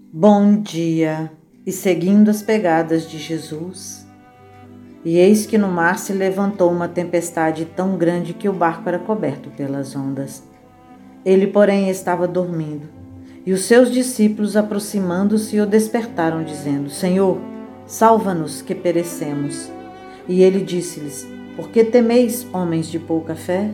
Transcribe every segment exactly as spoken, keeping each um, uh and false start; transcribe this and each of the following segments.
Bom dia, e seguindo as pegadas de Jesus. E eis que no mar se levantou uma tempestade tão grande que o barco era coberto pelas ondas. Ele, porém, estava dormindo, e os seus discípulos, aproximando-se, o despertaram, dizendo: Senhor, salva-nos, que perecemos. E ele disse-lhes: Por que temeis, homens de pouca fé?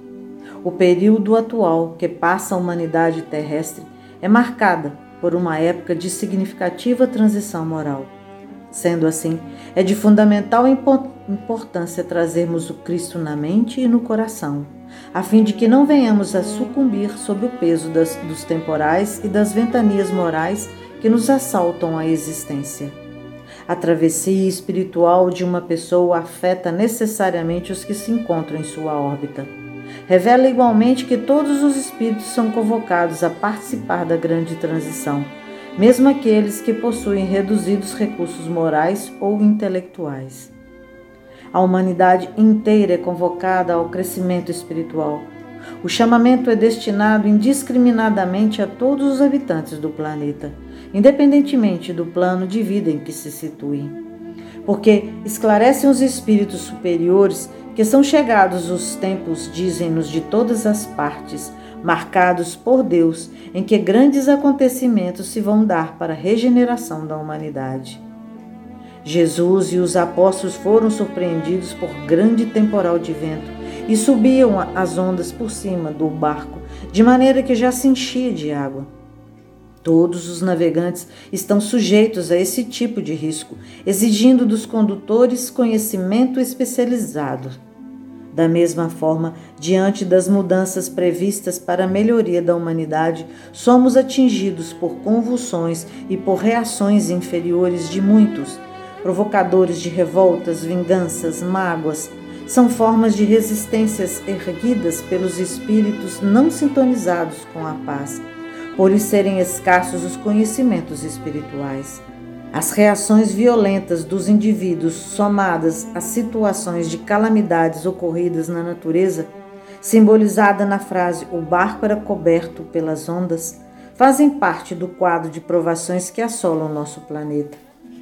O período atual que passa a humanidade terrestre é marcada por uma época de significativa transição moral. Sendo assim, é de fundamental importância trazermos o Cristo na mente e no coração, a fim de que não venhamos a sucumbir sob o peso das, dos temporais e das ventanias morais que nos assaltam a existência. A travessia espiritual de uma pessoa afeta necessariamente os que se encontram em sua órbita. Revela igualmente que todos os espíritos são convocados a participar da grande transição, mesmo aqueles que possuem reduzidos recursos morais ou intelectuais. A humanidade inteira é convocada ao crescimento espiritual. O chamamento é destinado indiscriminadamente a todos os habitantes do planeta, independentemente do plano de vida em que se situem, porque esclarecem os espíritos superiores que são chegados os tempos, dizem-nos, de todas as partes, marcados por Deus, em que grandes acontecimentos se vão dar para a regeneração da humanidade. Jesus e os apóstolos foram surpreendidos por grande temporal de vento e subiam as ondas por cima do barco, de maneira que já se enchia de água. Todos os navegantes estão sujeitos a esse tipo de risco, exigindo dos condutores conhecimento especializado. Da mesma forma, diante das mudanças previstas para a melhoria da humanidade, somos atingidos por convulsões e por reações inferiores de muitos, provocadores de revoltas, vinganças, mágoas. São formas de resistências erguidas pelos espíritos não sintonizados com a paz, por lhes serem escassos os conhecimentos espirituais. As reações violentas dos indivíduos, somadas às situações de calamidades ocorridas na natureza, simbolizada na frase "o barco era coberto pelas ondas", fazem parte do quadro de provações que assolam nosso planeta.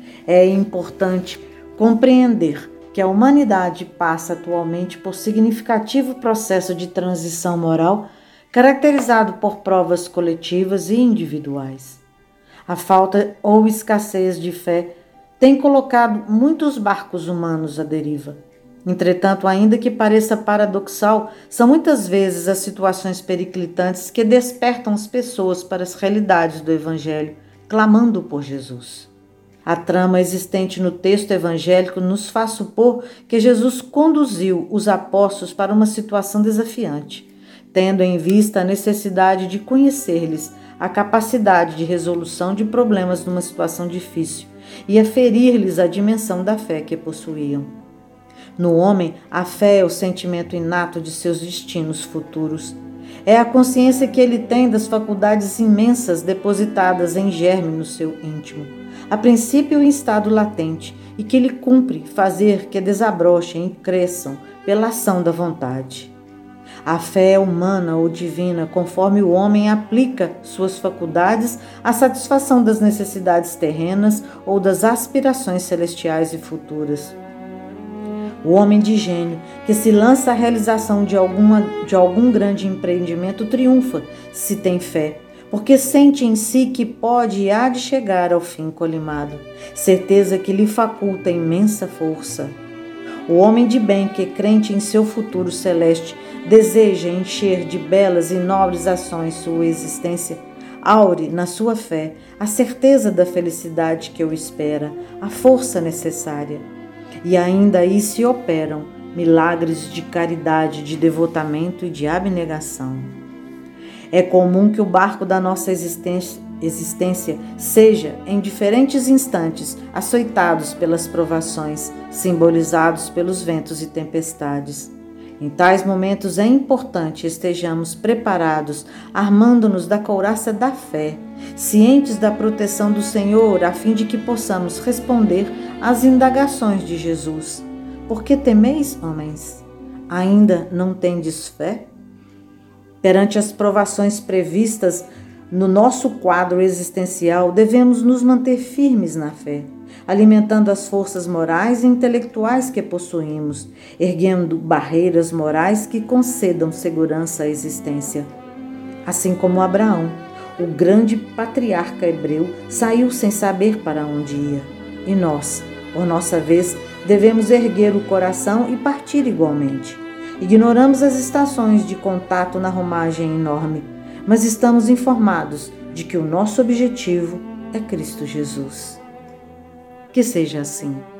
É importante compreender que a humanidade passa atualmente por significativo processo de transição moral, caracterizado por provas coletivas e individuais. A falta ou escassez de fé tem colocado muitos barcos humanos à deriva. Entretanto, ainda que pareça paradoxal, são muitas vezes as situações periclitantes que despertam as pessoas para as realidades do Evangelho, clamando por Jesus. A trama existente no texto evangélico nos faz supor que Jesus conduziu os apóstolos para uma situação desafiante, tendo em vista a necessidade de conhecer-lhes a capacidade de resolução de problemas numa situação difícil e aferir-lhes a dimensão da fé que possuíam. No homem, a fé é o sentimento inato de seus destinos futuros. É a consciência que ele tem das faculdades imensas depositadas em germe no seu íntimo, a princípio em estado latente, e que lhe cumpre fazer que desabrochem e cresçam pela ação da vontade. A fé é humana ou divina, conforme o homem aplica suas faculdades à satisfação das necessidades terrenas ou das aspirações celestiais e futuras. O homem de gênio, que se lança à realização de, alguma, de algum grande empreendimento, triunfa se tem fé, porque sente em si que pode e há de chegar ao fim colimado, certeza que lhe faculta imensa força. O homem de bem, que crente em seu futuro celeste, deseja encher de belas e nobres ações sua existência, aure na sua fé a certeza da felicidade que o espera, a força necessária. E ainda aí se operam milagres de caridade, de devotamento e de abnegação. É comum que o barco da nossa existência, existência seja, em diferentes instantes, açoitados pelas provações, simbolizados pelos ventos e tempestades. Em tais momentos é importante estejamos preparados, armando-nos da couraça da fé, cientes da proteção do Senhor, a fim de que possamos responder às indagações de Jesus. Por que temeis, homens? Ainda não tendes fé? Perante as provações previstas, No nosso quadro existencial, devemos nos manter firmes na fé, alimentando as forças morais e intelectuais que possuímos, erguendo barreiras morais que concedam segurança à existência. Assim como Abraão, o grande patriarca hebreu, saiu sem saber para onde ia. E nós, por nossa vez, devemos erguer o coração e partir igualmente. Ignoramos as estações de contato na romagem enorme, mas estamos informados de que o nosso objetivo é Cristo Jesus. Que seja assim.